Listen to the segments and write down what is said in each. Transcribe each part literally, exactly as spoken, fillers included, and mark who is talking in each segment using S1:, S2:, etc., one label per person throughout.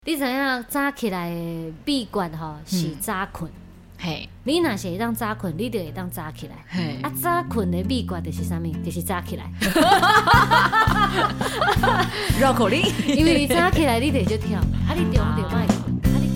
S1: 你知影早起来的秘诀吼是早困。
S2: 嘿，
S1: 你若是会当早困，你就会当早起来。
S2: 嘿，
S1: 啊，早困的秘诀就是啥物？就是早起来。
S2: 绕口令。
S1: 因为你早起来，你就就跳，啊，你中就莫困。啊，你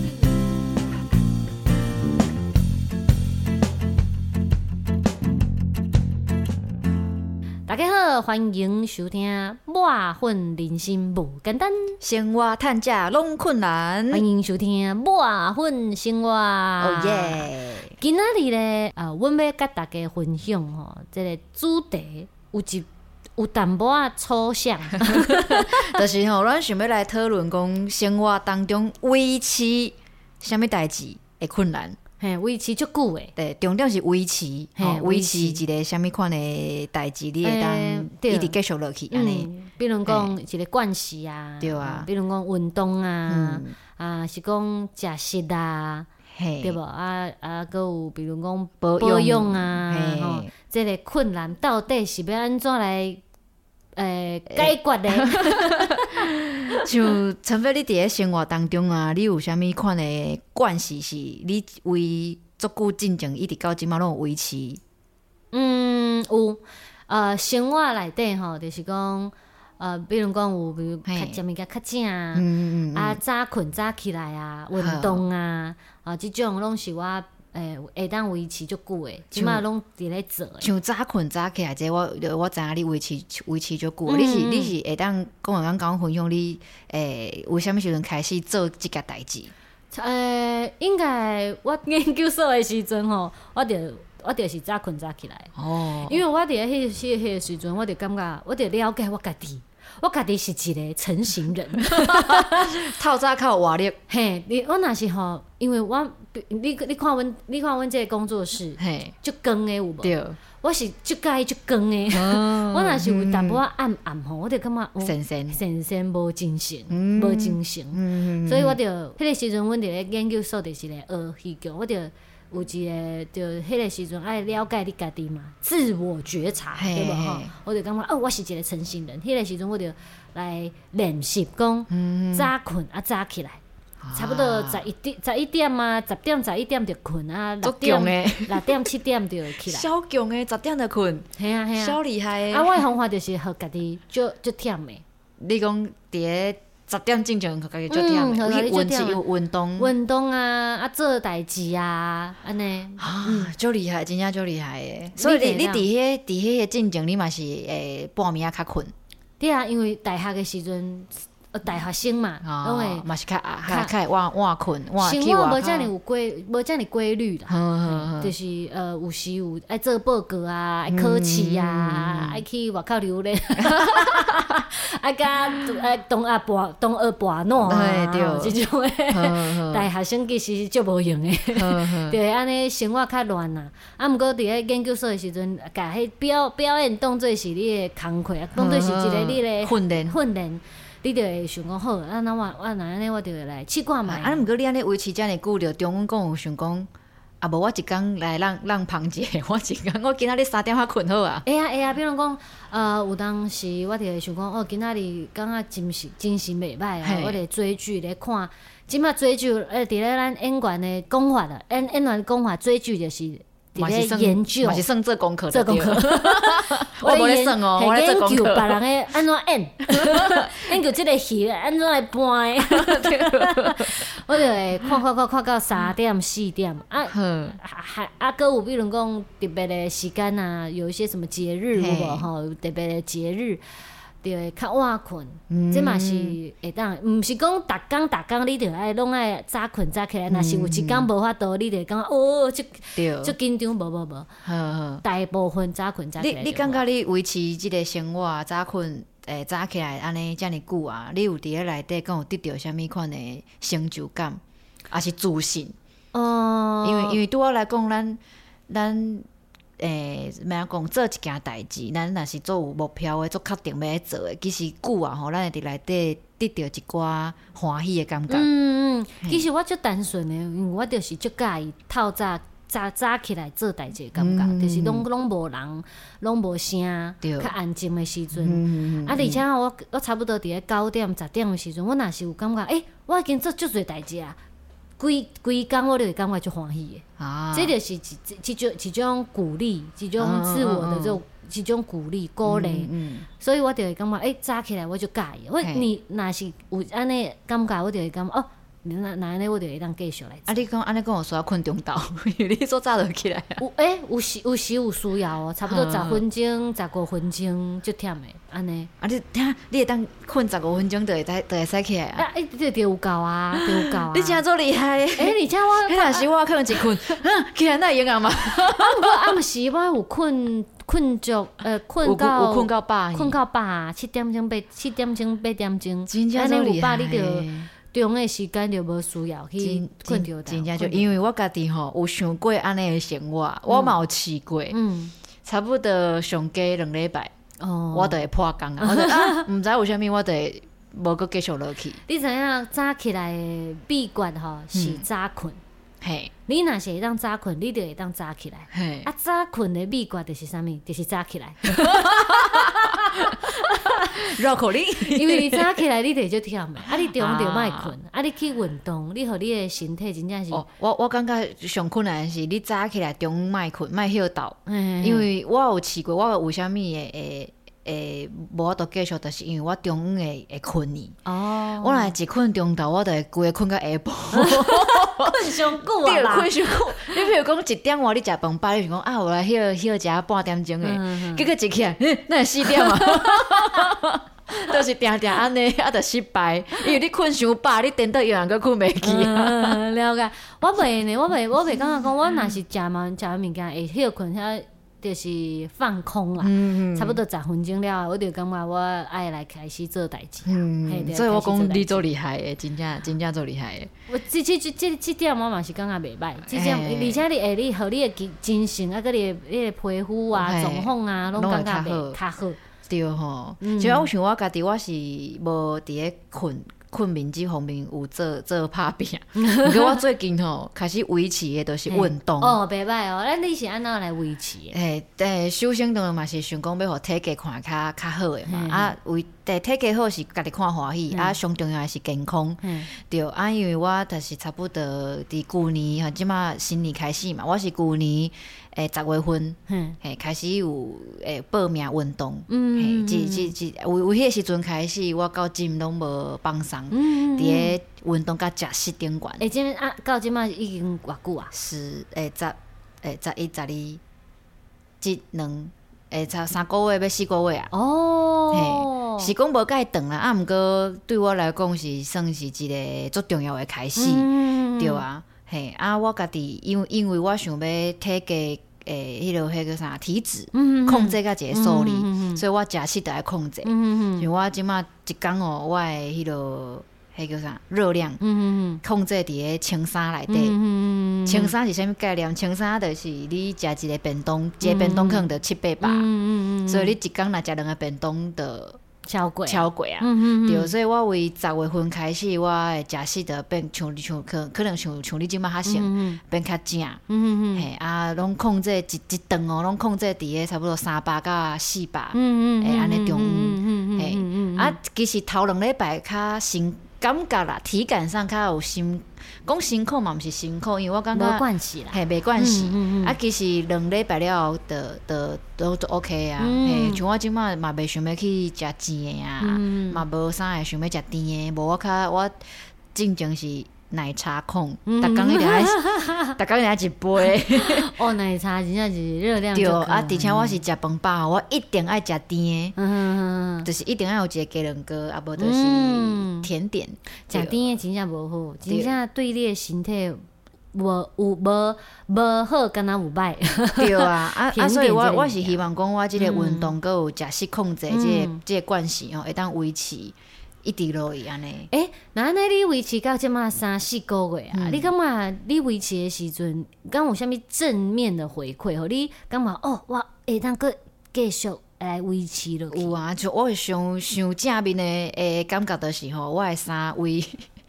S1: 大家好，欢迎收听《抹粉人生不简单》，
S2: 生活趁食拢困难。
S1: 欢迎收听《抹粉生活》。
S2: 哦耶！
S1: 今仔日咧，呃，阮要甲大家分享吼，这个主题有一有淡薄仔抽象，
S2: 就是吼，咱想要来讨论讲生活当中维持啥物代志会困难。
S1: 嘿，维持足久诶。
S2: 对，重点是维持，
S1: 嘿
S2: 吼，维持
S1: 维持
S2: 一个啥物款的代志，你会当
S1: 欸对
S2: 一直继续落去安尼。
S1: 嗯，比如讲一个惯习啊，
S2: 对啊
S1: 比如讲运动啊，
S2: 嗯
S1: 啊是讲食食啊，
S2: 嘿，
S1: 对无啊啊，搁有比如讲
S2: 保
S1: 保养
S2: 养
S1: 啊，
S2: 嘿
S1: 吼，这个困难到底是要安怎来诶解决的？
S2: 像陈飞，你伫咧生活当中啊，你有啥物款的惯势是你为足久进前一直到即马拢有维持？
S1: 嗯，有呃，生活内底吼，就是讲呃，比如讲有，比如
S2: 嘿
S1: 较食物件较正啊，
S2: 嗯嗯嗯
S1: 啊早困早起来啊，运动啊，啊，即种拢是我诶会当维持足久诶，即马拢伫咧做诶。
S2: 像早困早起来，这我我知影你维持维持足久，
S1: 嗯
S2: 你是你是会当跟我刚刚分享你诶为虾米时阵开始做即件代志？
S1: 诶、应该我研究所诶时阵吼，我着我就是早困早起来，
S2: 哦，
S1: 因为我伫咧迄迄迄个时阵，我着感觉，我着了解我家己，我家己是一个成型人。
S2: 透早较有活力，
S1: 嘿，你我若是吼，因为我你你看阮你看阮这个工作室，
S2: 嘿，
S1: 足光诶有无？
S2: 对，
S1: 我是足介足光诶。
S2: 哦
S1: 我若是有淡薄仔暗暗吼，我就感觉
S2: 神神，
S1: 神神无精神，
S2: 嗯
S1: 无精神。
S2: 嗯
S1: 所以我就迄个时阵，阮伫咧研究所就是咧学戏剧，我就有一个，就迄个时阵爱了解你家己嘛，自我觉察，
S2: 嘿
S1: 对无吼
S2: 嘿？
S1: 我就感觉哦，我是一个成型人。迄个时阵，我就来练习讲早困啊，早起来。差不多十一点、十一点啊，十点、十一点就困啊，六点、六点、七点就起来。
S2: 小强诶，十点就困，
S1: 嘿啊嘿啊，
S2: 小厉害诶。
S1: 啊，我诶方法就是互家己足足忝诶，
S2: 你讲伫咧十点进前，互家己足忝
S1: 嗯互家己
S2: 诶，
S1: 足忝的
S2: 运有运动，
S1: 运动啊，啊做代志啊，安尼。
S2: 啊，足厉害，真正足厉害诶。所以你你伫迄伫迄个进前，你嘛是诶半暝啊较困，
S1: 对啊，因为大学诶时阵。大学生嘛，拢会
S2: 嘛是较较较会晚晚困，晚
S1: 生
S2: 去外口。
S1: 活无遮尔有规，无遮尔规律啦。
S2: 嗯
S1: 就是呃，有时有爱做报告啊，爱考试啊，爱去外口溜咧，爱甲爱东亚跋东亚跋喏啊，
S2: 对，
S1: 即种诶。大学生其实足无用诶，对，安尼生活较乱啦。啊，毋过伫咧研究所诶时阵，甲迄表表演当做是你诶工课，当做是一个你诶
S2: 训练
S1: 训练。你就会想讲好，啊，那我我若安尼，我就会来试看卖。
S2: 啊，毋过你安尼维持遮尔久，着中阮讲有想讲，啊无我一工来让让旁者，我一工我今仔日三点仔困好啊。
S1: 会啊会啊，比如讲，呃，有当时我就会想讲，哦，今仔日感觉精神精神袂歹啊，我就追剧咧看。即马追剧，诶，伫咧咱演员的讲法啦，演演员讲法追剧就是。伫咧研究，
S2: 嘛是算做功课，
S1: 做功课。
S2: 我无咧算哦，我咧做功课。
S1: 研究别人诶安怎演，研究即个戏安怎来搬诶。我就会看看看看到三点四点啊，还啊，搁有比如讲特别的时间啊，有一些什么节日有无吼？特别的节日。就会较晚困，这嘛是会当，毋是讲逐工逐工你着爱拢爱早困早起来，若是有一工无法度，你就会感觉哦，足足紧张，无无无。大部分早困早起来。
S2: 你你感觉你维持即个生活早困诶早起来安尼遮尔久啊？你有伫咧内底敢有得到啥物款的成就感，还是自信？
S1: 哦，
S2: 因为因为对我来讲，咱咱。诶，咩讲做一件代志，咱若是做有目标的，做确定要做的，其实久啊吼，咱会伫内底得到一寡欢喜的感觉。
S1: 嗯嗯，其实我足单纯的，因为我就是足介意透早早早起来做代志的感觉，嗯、就是拢拢无人，拢无声，较安静的时阵。嗯、啊，而且我我差不多伫咧九点、十点的时阵，我若是有感觉，诶、欸，我已经做足侪代志啊，规规工我就会感觉足欢喜的。啊，这就是一一种一种鼓励，一种自我的这种。一种鼓励、鼓励，嗯嗯、所以我就会感觉，诶、欸，早起来我就介意。我你若是有安尼感觉，我就会感觉哦，那那安尼我就会当继续来做。
S2: 啊，你讲安尼跟我说要困中昼，因为你做早就起来。
S1: 有诶、欸，有时有时有需要哦，差不多十分钟、十五分钟就忝诶，安尼。
S2: 啊，你听，你会当困十五分钟就会使就会使起来啊？
S1: 啊，诶、欸，就有够啊，就有够啊！
S2: 你真做厉害！诶、
S1: 欸，而且我，
S2: 迄若是我可能一困，起来那会用啊嘛？
S1: 啊，毋过暗时我有困。困足，呃，困到
S2: 有困到饱，
S1: 困到饱，七点钟八七点钟八点钟，
S2: 真正做厉害。
S1: 安尼有饱，你就中的时间就无需要去困着。
S2: 真正就因为我家己吼有想过安尼的生活，嗯、我嘛有试过，嗯、差不多上加两礼拜，哦、我就会破工啊！我就啊，毋知为虾米，我就会无阁继续落去。
S1: 你知影早起来的秘诀吼是早困。嗯
S2: 嘿，
S1: 你若是会当早困，你就会当早起来。嘿，啊，早困的秘诀就是啥物？就是早起来。
S2: 绕口令，
S1: 因为你早起来，你就就忝的，啊，你中午就莫困，啊，你去运动，你互你的身体真正是。
S2: 哦，我我感觉上困难的是你早起来中午莫困，莫歇到，因为我有试过，我有啥物会会。诶，无我都继续，就是因为我中午会会困呢。哦，我若一困中昼，我就会规个困到下晡。
S1: 困上久啊啦！
S2: 困上久。你譬如讲一点外，你食饭饱，你想讲啊，我来歇歇食半點鐘誒，結果一起來，嗯，那會四點啊。都是定定安尼，啊，就失敗。因為你困傷飽，你顛倒又人個困袂去啊。
S1: 了解，我袂呢，我袂，我袂感覺講，我若是食完食完物件會歇困遐。就是放空啦，嗯嗯差不多十分鐘了，我就感覺我愛來開始做代志。
S2: 嗯，所以我講你做厲害誒，真正真正做厲害誒。
S1: 我這這這這這點我嘛是感覺袂歹，這點、欸、而且你誒你互你誒精神啊，佮你誒皮膚啊、狀況啊，攏感覺袂較好。
S2: 對吼，其實、嗯、我想我家己我是無佇咧困。困眠這方面有做做拍拼，不過我最近吼開始維持的都是運動。
S1: 哦，袂歹哦，咱你是安怎來維持的？
S2: 誒，誒，首先當然嘛是想講要互體格看較較好誒嘛，啊為誒體格好是家己看歡喜，啊上重要的是健康。對，啊因為我就是差不多佇舊年吼，即馬新年開始嘛，我是舊年誒十月份，誒開始有誒報名運動，誒，即即即為為迄個時陣開始，我到今攏無放鬆。嗯，佇咧運動甲食食頂懸。
S1: 誒，即啊，到即馬已經偌久啊？
S2: 是誒十誒十一十二，即兩誒差三個月要四個月啊。哦，是講無介長啦，啊，毋過對我來講是算是一個足重要誒開始，嗯、對啊，嘿啊，我家己因為因為我想要體格。誒，迄落迄個啥體脂控制甲一個數字，嗯嗯嗯、所以我食食都愛控制。嗯嗯、像我即馬一工哦，我誒迄落迄個啥熱量，嗯嗯、控制佇個青衫內底。嗯、青衫是啥物概念？青衫就是你食一個便當，嗯、一個便當可能就七八百，嗯、所以你一工若食兩個便當就。
S1: 超過
S2: 超過啊！嗯嗯對，所以我為十月份開始，我誒食食就變像像可可能像像你即馬較省，變較正。嗯嗯嘿啊，攏控制一一頓哦，攏控制佇個差不多三百到四百。嗯嗯誒，安尼中午。嗯嗯嘿啊，其實頭兩禮拜較辛感覺啦，體感上較有辛。講辛苦嘛，毋是辛苦，因為我感覺
S1: 沒關係啦，
S2: 嘿，沒關係。嗯嗯嗯啊，其實兩禮拜了後，就就都都 OK 啊。嗯、嘿，像我即馬嘛袂想要去食甜的啊，嘛無啥會想要食甜的，無我較我正經是奶茶控，逐工一定愛，逐工一定愛一杯。
S1: 哦，奶茶真正是熱量。
S2: 對，啊，而且我是食飯飽，我一定愛食甜的，嗯、就是一定要有一個雞卵糕，啊，無就是甜點。
S1: 食、嗯、甜的真正無好，真正對你的身體無有無無好，敢若有歹。
S2: 對啊，啊啊，所以我我是希望講我即個運動閣有食食控制，即、這個即、嗯、個慣勢吼，會當維持。一直落去安尼，
S1: 誒，那安尼你維持到即馬三四個月啊？嗯、你感覺你維持的時陣，敢有啥物正面的回饋？互你感覺哦，我會當閣繼續來維持落去。
S2: 有啊，就我會上上正面的誒感覺，就是吼，我的衫為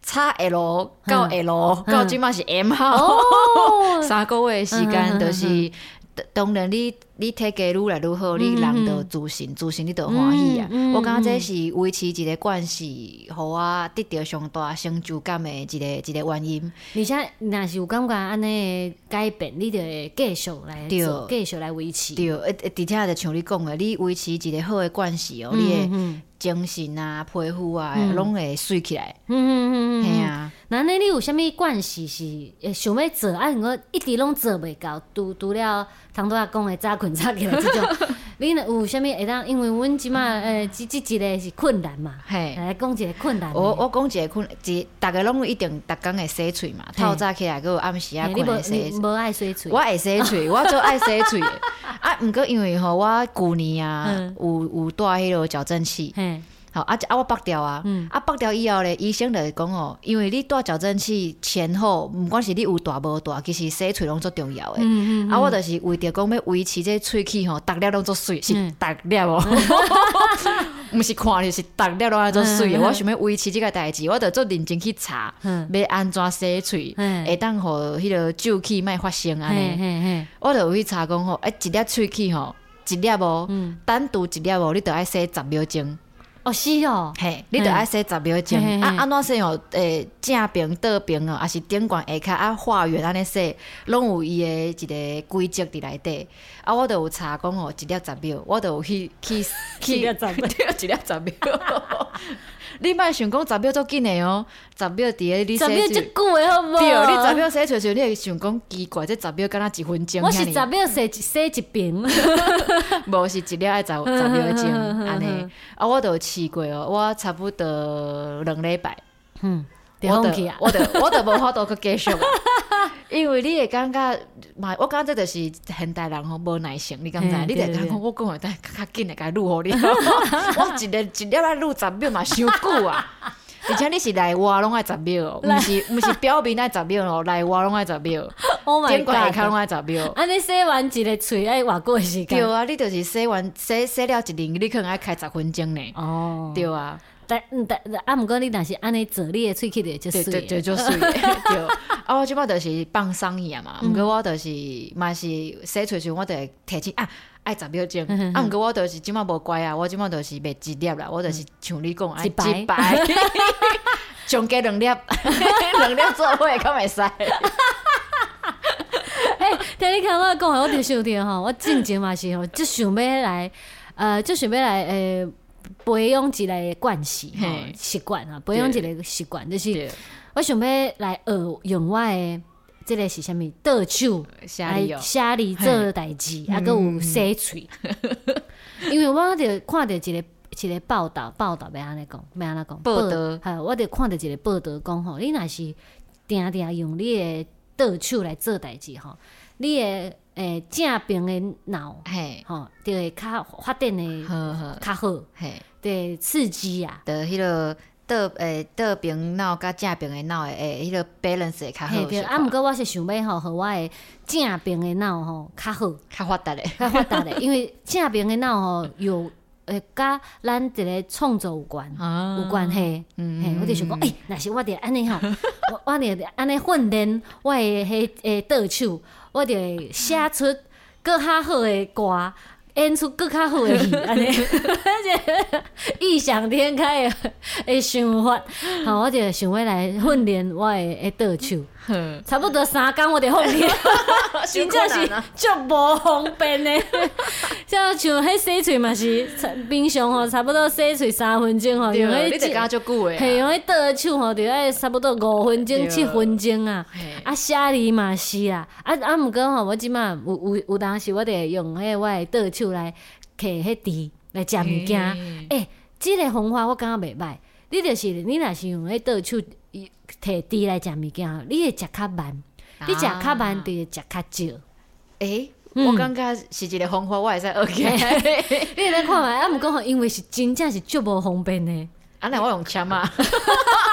S2: 叉 L 到 L 到即马是 M 号，
S1: 哦，
S2: 三个月的时间，就是。当然你，你你体格愈来愈好，你人就自信，自信你就欢喜啊！嗯嗯、我感觉这是维持一个惯习，互我得到上大成就感的一个一个原因。
S1: 而且，若是有感觉安尼改变，你就会继续来做，继续来维持。
S2: 对，而而且就像你讲的，你维持一个好的惯势哦，嗯、你的精神啊、皮肤啊，拢、嗯、会水起来。嗯嗯嗯嗯，系啊。
S1: 那呢，你有啥物惯势是会想要做，啊？毋过一直拢做袂到，除除了通拄仔讲的早困早起来即种，你有啥物会当？因为阮即马诶，即即一个是困难嘛，嘿，来讲一个困难。
S2: 我我讲一个困，一大家拢一定逐工会洗喙嘛，透早起来，佮有暗时啊困会洗。
S1: 你无爱洗喙？
S2: 我会洗喙，我就爱洗喙。啊，毋过因为吼，我旧年啊，有有带迄落矫正器。好啊啊！我拔掉啊，嗯、啊拔掉以后咧，医生就讲哦，因为你戴矫正器前后，毋管是你有大无大，其实洗喙拢足重要诶。嗯嗯嗯、啊，我就是为着讲要维持这喙齿吼，逐粒拢足水，是逐粒哦，毋是看就是逐粒拢安足水诶。我想要维持这个代志，我就做认真去查，要安怎洗喙，会当互迄个皱气莫发生安尼。我就有去查讲吼，诶，一粒喙齿吼，一粒无，单独一粒无，你着爱洗十秒钟。
S1: 哦，是哦，
S2: 嘿，你着爱洗十秒钟，啊，安怎洗哦？诶，正边、倒边哦，还是顶悬下骹啊，画圆安尼洗，拢有伊诶一个规则伫内底。啊，我着有查讲哦，一粒十秒，我着有去去去，
S1: 一粒十秒，
S2: 一粒十秒。你莫想讲十秒足紧诶哦，十秒伫咧你洗
S1: 喙，十秒足久诶，好无？
S2: 对，你十秒洗喙时，你会想讲奇怪，这十秒敢若一分钟。
S1: 我是十秒洗洗一遍，
S2: 无是一粒爱十十秒钟安尼。啊，我着试过哦，我差不多两礼拜，
S1: 嗯，
S2: 我着我着我着无法度去继续。因为你会感觉嘛，我感觉这就是现代人吼无耐性，你敢知？你会感觉我讲话得较紧的，甲录互你。我一日一日来录十秒嘛，伤久啊！而且你是内外拢爱十秒，毋是毋是表面爱十秒哦，内外拢爱十秒。
S1: Oh my god！
S2: 顶悬下骹拢爱十秒。
S1: 安尼洗完一个喙爱偌久的时间？
S2: 对啊，你就是洗完洗洗了一年，你可能爱开十分钟呢。哦，对啊。
S1: 但但啊，毋过你若是安尼做，你的喙齿就足水，
S2: 就就就水。对，啊，我即摆就是放松去啊嘛。毋过我就是嘛是洗喙时，我就会提醒啊，爱十秒钟。啊，毋过我就是即摆无乖啊，我即摆就是袂一粒啦，我就是像你讲，
S1: 一
S2: 排，一排，上加两粒，两粒做伙敢会使。
S1: 哎，听你看我讲，我就想着吼，我进前嘛是吼，就想要来，呃，就想要来，诶。培养一个惯势吼习惯啊，培养一个习惯，就是我想要来学用我的这个是啥物倒手来写字做代志，啊，搁有洗喙。因为我着看到一个一个报道，报道要安尼讲，要安怎讲？
S2: 报道，
S1: 哈，我着看到一个报道讲吼，你若是定定用你的倒手来做代志吼，你的诶正边的脑，嘿，吼，就会较发展的较好，嘿。对，刺激啊！
S2: 的迄个倒诶倒边脑甲正边的脑诶，迄个 balance 会较好。
S1: 对，啊，毋过我是想要吼，互我诶正边的脑吼较好，
S2: 较发达诶，
S1: 较发达诶。因为正边的脑吼有诶，甲咱一个创作有关，有关系。嗯，嘿，我就想讲，诶，若是我着安尼吼，我我着安尼训练我诶迄诶倒手，我着会写出搁较好诶歌。演出更较好的戏，安尼，异想天开的的想法，吼，我就想要来训练我的诶倒手，差不多三工我就放弃，真正是足无方便的。像像迄洗喙嘛是平常吼，差不多洗喙三分钟吼，
S2: 用迄，你得教足久诶，
S1: 嘿，用迄倒手吼，就爱差不多五分钟、七分钟啊。啊，写字嘛是啊，啊啊，毋过吼，我即马有有有当时我得用迄我的倒手来刻迄字来食物件。诶，即个方法我感觉袂歹。你就是你若是用迄倒手摕字来食物件，你会食较慢，你食较慢就会食较少。
S2: 诶。我感觉是一个方法，我会使学起来。
S1: 你来看卖，啊，毋过吼，因为是真正是足无方便的。
S2: 啊，那我用签啊，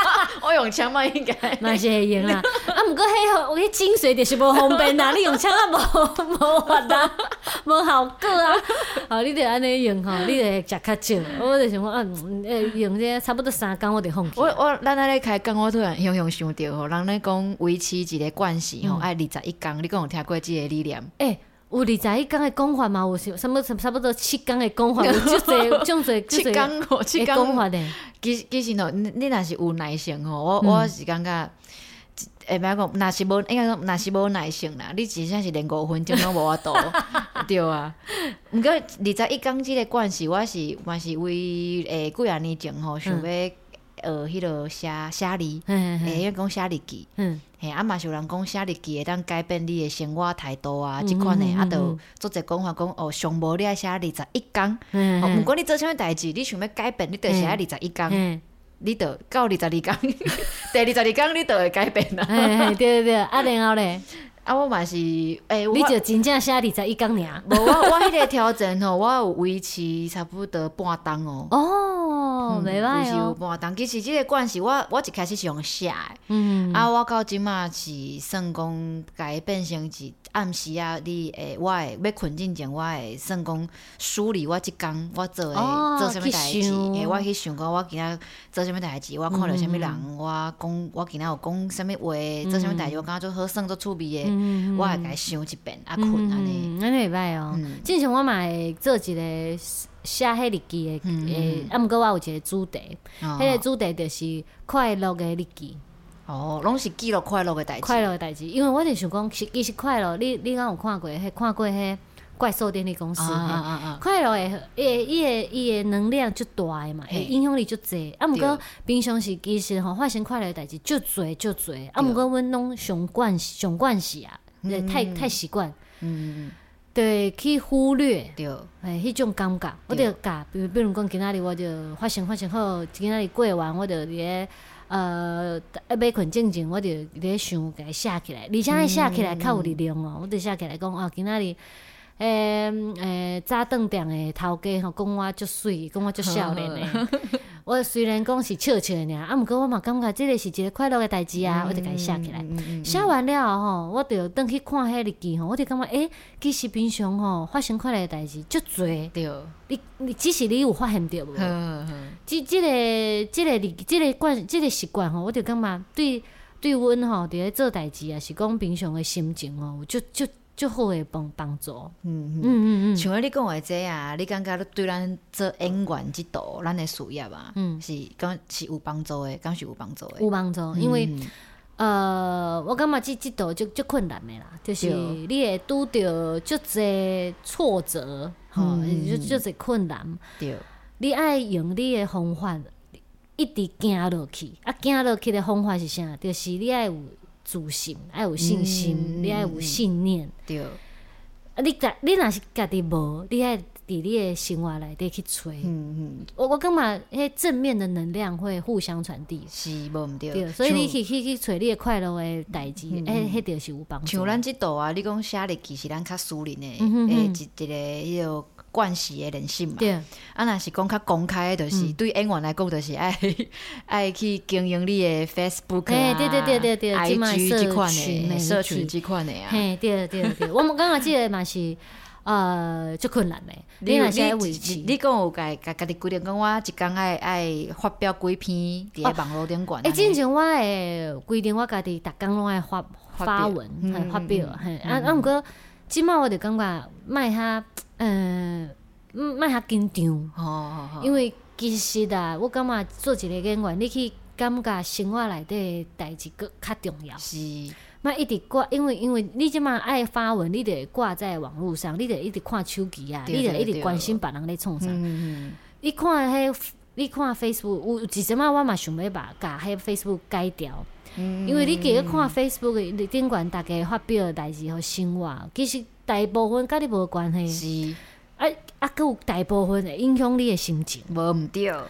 S2: 我用枪嘛应该
S1: 嘛是会用啦。啊，毋过迄有迄精髓就是无方便啦，你用枪啊无无法啦，无效果啊。哦，你着安尼用吼，你着会食较少。我就想讲啊，诶，用这差不多三工我就放弃。
S2: 我我咱安尼开讲，我突然雄雄想到吼，人咧讲维持一个惯习吼，爱二十一工，你讲有听过即个理念？
S1: 诶。有二十一工的讲法嘛？有啥物差不多七工的讲法，有足侪、种侪、
S2: 七工吼，七工
S1: 讲法的。
S2: 其其实吼，你你若是有耐性吼，我、嗯、我是感觉，会歹讲，若是无应该讲，若是无耐性啦，你真正是连五分钟拢无法度，对啊。毋过二十一工即个惯势，我是嘛是为诶几啊年前吼，想要学迄落写写字，诶，因为讲写日记。嗯嘿，啊嘛是有人讲写日记会当改变你的生活态度啊，即款诶，啊，就做者讲法讲哦，上无你爱写二十一工，哦，毋管你做啥物代志，你想要改变，你着写二十一工，你着到二十二工，第二十二工你着会改变啦。
S1: 嘿嘿，对对对，啊，然后咧。
S2: 啊，我嘛是，诶、欸，
S1: 你就真正写二十一工尔。
S2: 无，我我迄个挑战吼，我有维持差不多半冬哦。
S1: 哦，袂歹哦。
S2: 维持有半冬，其实即个惯势，我我一开始是用写的，嗯，啊，我到即马是算讲，甲伊变成是暗时啊，你诶，我会要困之前，我会算讲梳理我即工我做诶、哦、做啥物代志，诶，我去想讲我今仔做啥物代志，我看到啥物人，嗯、我讲我今仔有讲啥物话，做啥物代志，我感觉做好耍做趣味诶。嗯、我会甲伊想一遍，啊困安尼，
S1: 安尼会歹哦。之前我嘛会做一个写迄日记诶，诶，啊，毋过我有一个主题，迄个主题就是快乐诶日记。
S2: 哦，拢是记录快乐诶代志。
S1: 快乐诶代志，因为我就想讲，其实快乐，你你敢有看过？迄看过迄怪兽电力公司？啊啊啊！快乐诶，伊伊诶伊诶能量足大诶嘛，影响力足济。啊，毋过平常时其实吼发生快乐诶代志足侪足侪。啊，毋过阮拢上惯上惯势啊，太太习惯。嗯。对，去忽略，对，诶，迄种感觉，我着甲，比如比如讲，今仔日我着发生发生好，今仔日过完，我着伫咧呃，要要困之前，我着伫咧想，甲伊写起来，而且写起来较有力量哦。我着写起来讲，哦，今仔日，诶诶，早顿店诶头家吼，讲我足水，讲我足少年诶。我虽然讲是笑笑尔，啊，毋过我嘛感觉即个是一个快乐诶代志啊，我就甲伊写起来。写完了后吼，我就倒去看迄日记吼，我就感觉，诶，其实平常吼发生快乐诶代志足侪。对。你你只是你有发现着无？即即个即个日即个惯即个习惯吼，我就感觉对对阮吼伫咧做代志啊，是讲平常诶心情吼，就就。足好诶帮帮助，嗯嗯嗯嗯，
S2: 像你讲诶这啊，你感觉对咱做演员即道咱诶事业啊，嗯，是敢是有帮助诶，敢是有帮助诶，
S1: 有帮助，因为、嗯、呃，我感觉即即道足足困难诶啦，就是你会拄着足侪挫折，吼、嗯，足足侪困难，对，你爱用你诶方法一直行落去，啊，行落去诶方法是啥？就是你爱有。自信，爱有信心，嗯、你爱有信念。对，啊，你家你若是家己无，你爱伫你的生活内底去找。嗯嗯，我我感觉迄正面的能量会互相传递。是无毋对。对，所以你去去去找你的快乐的代志，诶，迄著是有帮助。
S2: 像咱即度啊，你讲写日记是咱较私人的，诶、嗯，一一个迄个。惯势的人性嘛，对啊，若是讲较公开的，就是、嗯、对演员来讲，就是爱爱去经营你的 Facebook 啊，
S1: 对对对对对
S2: I G 即款的社群即款的啊，
S1: 嘿，对对对，我们感觉即个嘛是呃足困难的，你若是爱维持，
S2: 你讲有家家家己规定讲，我一工爱爱发表几篇伫咧网络顶管，
S1: 诶，之前我会规定我家己逐工拢爱发发文发表，嘿，啊啊，毋过。即摆我就感觉莫遐，嗯，莫遐紧张，哦哦、因为其实啊，我感觉做一个演员，你去感觉生活内底代志搁较重要。是，莫一直挂，因为因为你即摆爱发文，你得挂在网络上，你得一直看手机啊，你得一直关心别人咧创啥。嗯、你看迄，你看 Facebook， 有一阵仔我嘛想要把甲迄 Facebook 改掉。嗯、因为你继续看 Facebook 你顶悬大家发表的代志和生活，其實大部分甲你無關係。是，啊啊，佮有大部分會影響你的心情。
S2: 無毋對。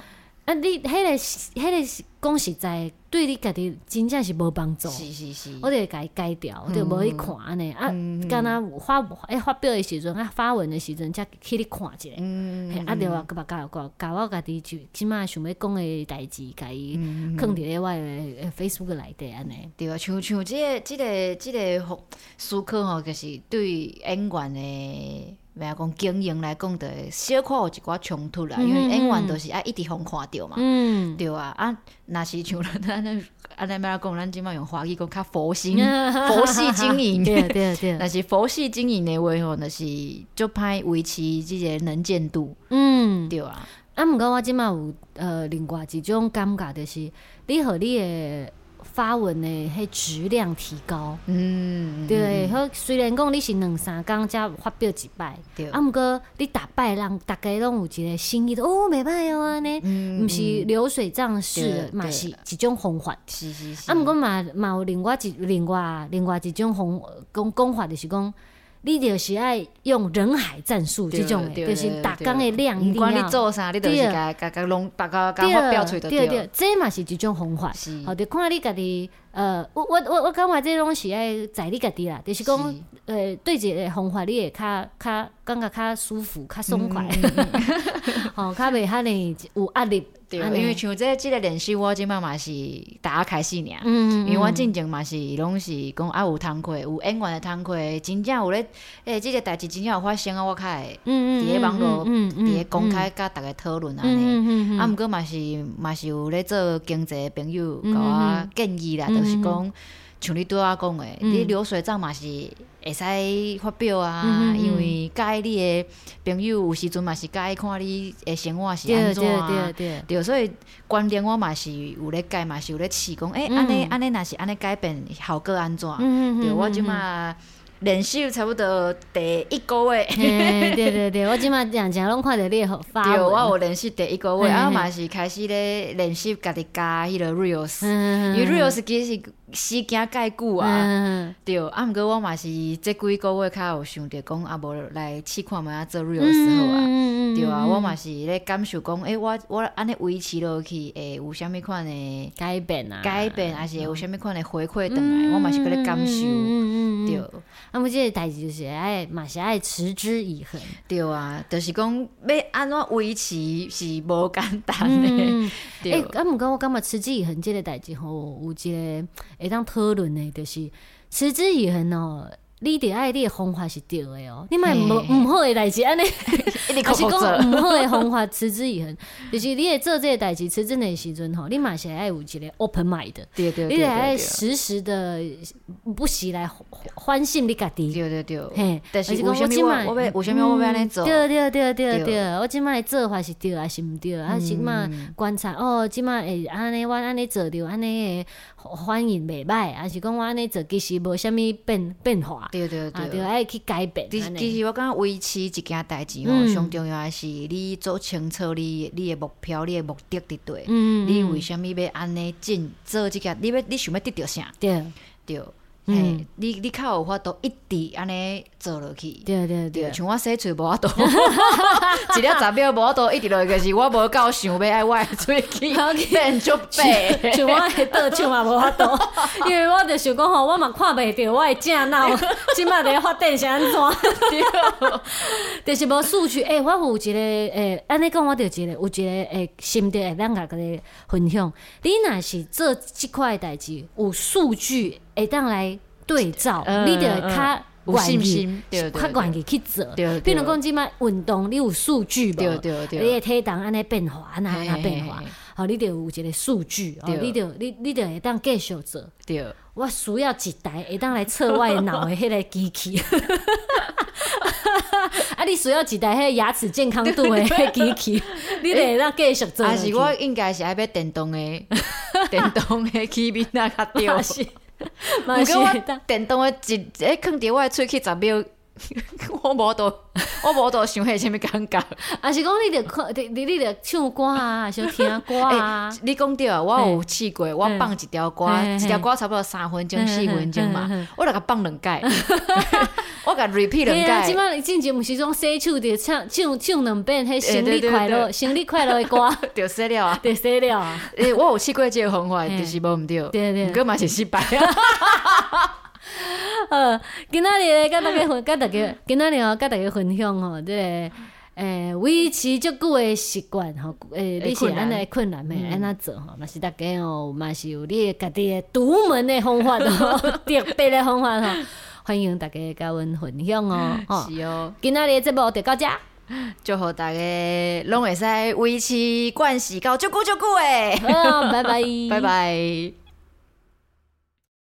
S1: 啊，你迄、那个、迄、那个讲实在，对你家己真正是无帮助。
S2: 是是是，
S1: 我就会甲伊改掉，我就无去看安尼、嗯、啊。敢若发诶发表的时阵啊，发文的时阵才去你看一下。嗯嗯、啊，对啊，甲甲甲甲我家己就即马想要讲的代志，甲伊放伫咧我的 Facebook 内底安尼。
S2: 对啊，像像即、這个即、這个即、這个思考吼，就是对演员的。要讲经营来讲，就小可有一寡冲突啦，嗯嗯嗯因为演员就是爱一直互看到嘛，嗯、对啊。啊，若是像咱安尼安尼要讲，咱即摆用华语讲较佛心、佛系经营，
S1: 对对对。
S2: 若是佛系经营的话吼，就是就歹维持即个能见度，嗯，对啊。
S1: 啊，毋过我即摆有呃另外一种感觉，就是你和你的。发文的迄质量提高，嗯，对，好、嗯，虽然讲你是两三工才发表一摆，对，啊，毋过你逐摆人大家拢有一个心意，哦，袂歹哦安尼，嗯，毋是流水账式，嘛是一种方法，
S2: 是是是，
S1: 啊，毋过嘛嘛有另外一另外另外一种方讲讲法，就是讲。你就是爱用人海战术这种的，就是逐工的量一定要。
S2: 不管你做啥，你就是甲甲甲弄，甲甲甲发表出就对。
S1: 对对，这嘛是一种方法。好，就看你家己。呃，我我我我感觉这拢是爱在你家己啦，就是讲，呃，对一个方法你会较较感觉较舒服、较爽快，吼，较袂遐尼有压力。
S2: 对，因为像这即个练习，我即摆嘛是大家开始尔，嗯，因为我进前嘛是拢是讲啊有通课，有演员的通课，真正有咧，诶，即个代志真正有发生啊，我较会伫咧网络，伫咧公开甲大家讨论安尼，啊，毋过嘛是嘛是有咧做经济的朋友甲我建议啦，就是讲。像你对我讲的，嗯、你流水账嘛是会使发表啊，嗯嗯嗯因为介你的朋友有时阵嘛是介看你的生活是安怎啊，对, 对, 对, 对，所以观点我嘛是有咧改，嘛是有咧试讲，诶、欸，安尼安尼若是安尼改变效果安怎？嗯嗯嗯对我即马。练习差不多第一个月，
S1: 对对对，我即马常常拢看到你的发文。
S2: 对，我有练习第一个月，啊嘛是开始咧练习家己加迄个 reels， 因为 reels 其实是时间介久啊，对，啊毋过我嘛是这几个月较有想着讲，啊无来试看觅啊做 reels 好啊，对啊，我嘛是咧感受讲，诶，我我安尼维持落去，会有啥物款的
S1: 改变啊？
S2: 改变，还是有啥物款的回馈转来，我嘛是搁咧感受，对。
S1: 啊，么这个代志就是爱，嘛是爱持之以恒。
S2: 对啊，就是讲要安怎维持是无简单的。嗯、对。
S1: 诶、欸，啊，毋过我感觉持之以恒这个代志吼，有一个会当讨论的，就是持之以恒哦。你得爱你的方法是对的哦，你莫无毋好的代志安尼，还是讲毋好的方法持之以恒，就是你会做这个代志持之的时阵吼，你嘛是爱有一个 open mind，
S2: 对对对，
S1: 你得爱时时的不时来欢信你家己，
S2: 对对对，嘿，但是有啥物我我要有啥物我要安尼做，
S1: 对对对对对，我即摆做法是对还是毋对，啊是嘛观察哦，即摆会安尼我安尼做着安尼反应袂歹，还是讲我安尼做其实无啥物变变化。
S2: 对对对，
S1: 啊，就爱去改变。
S2: 其其实我感觉维持一件代志吼，上重要的是你做清楚你你的目标、你的目的伫对。嗯，你为虾米要安尼进做即件？你要你想要得到啥？
S1: 对
S2: 对。嗯，你你较有法度一直安尼做落去，
S1: 对对对，
S2: 像我洗喙无法度，一粒十秒无法度一直落去，是我无够想要爱我的喙齿变足白，
S1: 像我的倒手嘛无法度，因为我就想讲吼，我嘛看袂到我的正脑，即摆伫发展是安怎？对，就是无数据。诶、欸，我有一个诶，安尼讲，我就一个有一个诶心得会当甲大家分享。你若是做即块代志，有数据会当来。对照，嗯、你就会较
S2: 有信心，较
S1: 愿意去做。比如讲，即摆运动，你有数据无？
S2: 对对对，
S1: 你的体重安尼变化，安那安那变化，好，你就有一个数据，哦，你就你你就会当继续做。
S2: 对，
S1: 我需要一台会当来测我的脑的迄个机器。啊，你需要一台迄牙齿健康度的迄机器，你就会当继续做。
S2: 还是我应该是爱买电动的，电动的器皿啊较对。毋过我电动的一，诶，放伫我的喙齿十秒， 我无多，我无多想迄什么感觉。
S1: 啊是讲你着看，你你你着唱歌啊，还是听歌啊？
S2: 欸、你讲对啊，我有试过，我放一条歌，一条歌差不多三分钟、四分钟嘛，我著甲放两届，我甲 repeat 两届。
S1: 即摆进节目时阵洗手着唱唱唱两遍，迄生日快乐、生日快乐的歌，
S2: 着洗了啊，
S1: 着洗了啊。
S2: 诶，我有试过即个方法，就是无毋对，
S1: 对对，
S2: 毋过嘛是失败。
S1: 呃，今仔日咧，甲大家分，甲大家，今仔日吼，甲大家分享吼，即个诶维持足久诶习惯吼，诶，你是安尼困难诶，安怎做吼？嘛是大家吼，嘛是有你家己诶独门诶方法吼，特别诶方法吼，欢迎大家甲阮分享哦。
S2: 是哦，
S1: 今仔日节目就到遮，
S2: 祝福大家拢会使维持惯习到足久足久诶。
S1: 好，拜拜，
S2: 拜拜。